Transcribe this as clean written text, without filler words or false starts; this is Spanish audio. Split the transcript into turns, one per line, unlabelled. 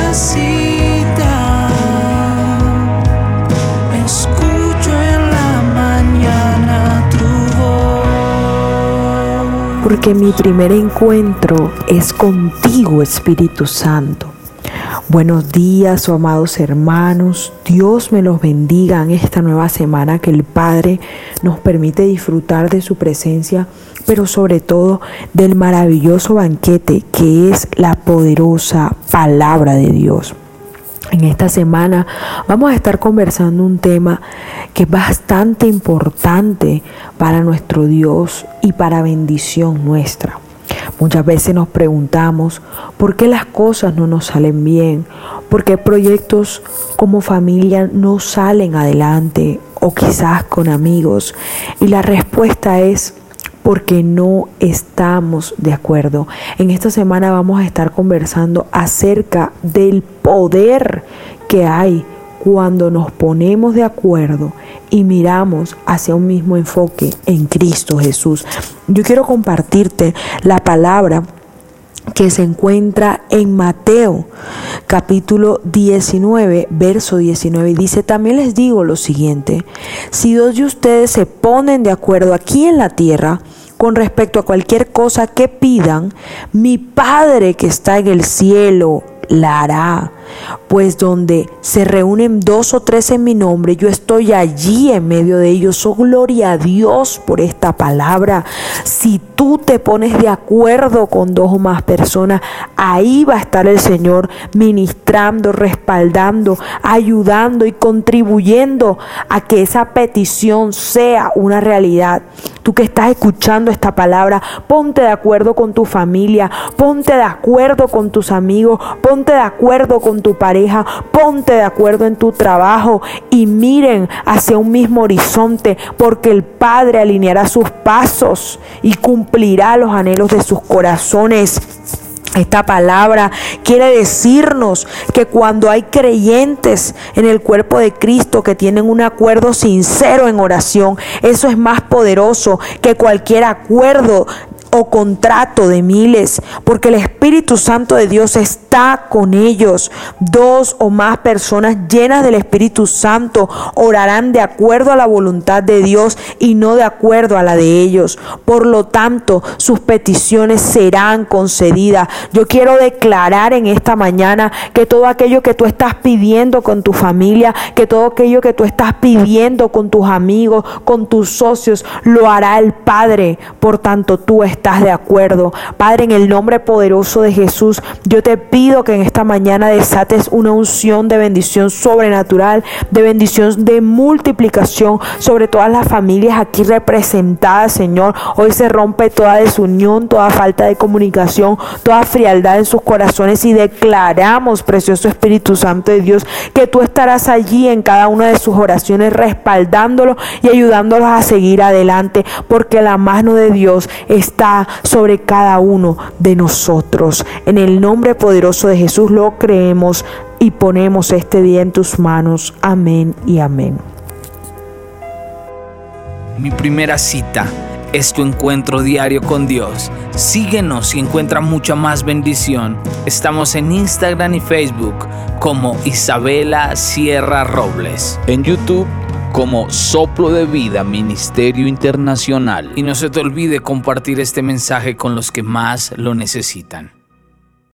necesita. Escucho en la mañana tu voz.
Porque mi primer encuentro es contigo, Espíritu Santo. Buenos días, oh amados hermanos. Dios me los bendiga en esta nueva semana que el Padre nos permite disfrutar de su presencia, pero sobre todo del maravilloso banquete que es la poderosa palabra de Dios. En esta semana vamos a estar conversando un tema que es bastante importante para nuestro Dios y para bendición nuestra. Muchas veces nos preguntamos por qué las cosas no nos salen bien, por qué proyectos como familia no salen adelante o quizás con amigos. Y la respuesta es porque no estamos de acuerdo. En esta semana vamos a estar conversando acerca del poder que hay cuando nos ponemos de acuerdo y miramos hacia un mismo enfoque en Cristo Jesús. Yo quiero compartirte la palabra que se encuentra en Mateo capítulo 19, verso 19. Dice: también les digo lo siguiente: si dos de ustedes se ponen de acuerdo aquí en la tierra con respecto a cualquier cosa que pidan, mi Padre que está en el cielo la hará. Pues donde se reúnen 2 o 3 en mi nombre, yo estoy allí en medio de ellos. Oh, gloria a Dios por esta palabra. Si tú te pones de acuerdo con 2 o más personas, ahí va a estar el Señor ministrando, respaldando, ayudando y contribuyendo a que esa petición sea una realidad. Tú que estás escuchando esta palabra, ponte de acuerdo con tu familia, ponte de acuerdo con tus amigos, ponte de acuerdo con tu pareja, ponte de acuerdo en tu trabajo y miren hacia un mismo horizonte, porque el Padre alineará sus pasos y cumplirá los anhelos de sus corazones. Esta palabra quiere decirnos que cuando hay creyentes en el cuerpo de Cristo que tienen un acuerdo sincero en oración, eso es más poderoso que cualquier acuerdo o contrato de miles, porque el Espíritu Santo de Dios está con ellos. 2 o más personas llenas del Espíritu Santo orarán de acuerdo a la voluntad de Dios y no de acuerdo a la de ellos. Por lo tanto, sus peticiones serán concedidas. Yo quiero declarar en esta mañana que todo aquello que tú estás pidiendo con tu familia, que todo aquello que tú estás pidiendo con tus amigos, con tus socios, lo hará el Padre. Por tanto, tú estás de acuerdo. Padre, en el nombre poderoso de Jesús, yo te pido que en esta mañana desates una unción de bendición sobrenatural, de bendición de multiplicación sobre todas las familias aquí representadas, Señor. Hoy se rompe toda desunión, toda falta de comunicación, toda frialdad en sus corazones y declaramos, precioso Espíritu Santo de Dios, que tú estarás allí en cada una de sus oraciones, respaldándolos y ayudándolos a seguir adelante, porque la mano de Dios está sobre cada uno de nosotros. En el nombre poderoso de Jesús lo creemos y ponemos este día en tus manos. Amén y amén.
Mi primera cita es tu encuentro diario con Dios. Síguenos y encuentra mucha más bendición. Estamos en Instagram y Facebook como Isabela Sierra Robles.
En YouTube como Soplo de Vida Ministerio Internacional.
Y no se te olvide compartir este mensaje con los que más lo necesitan.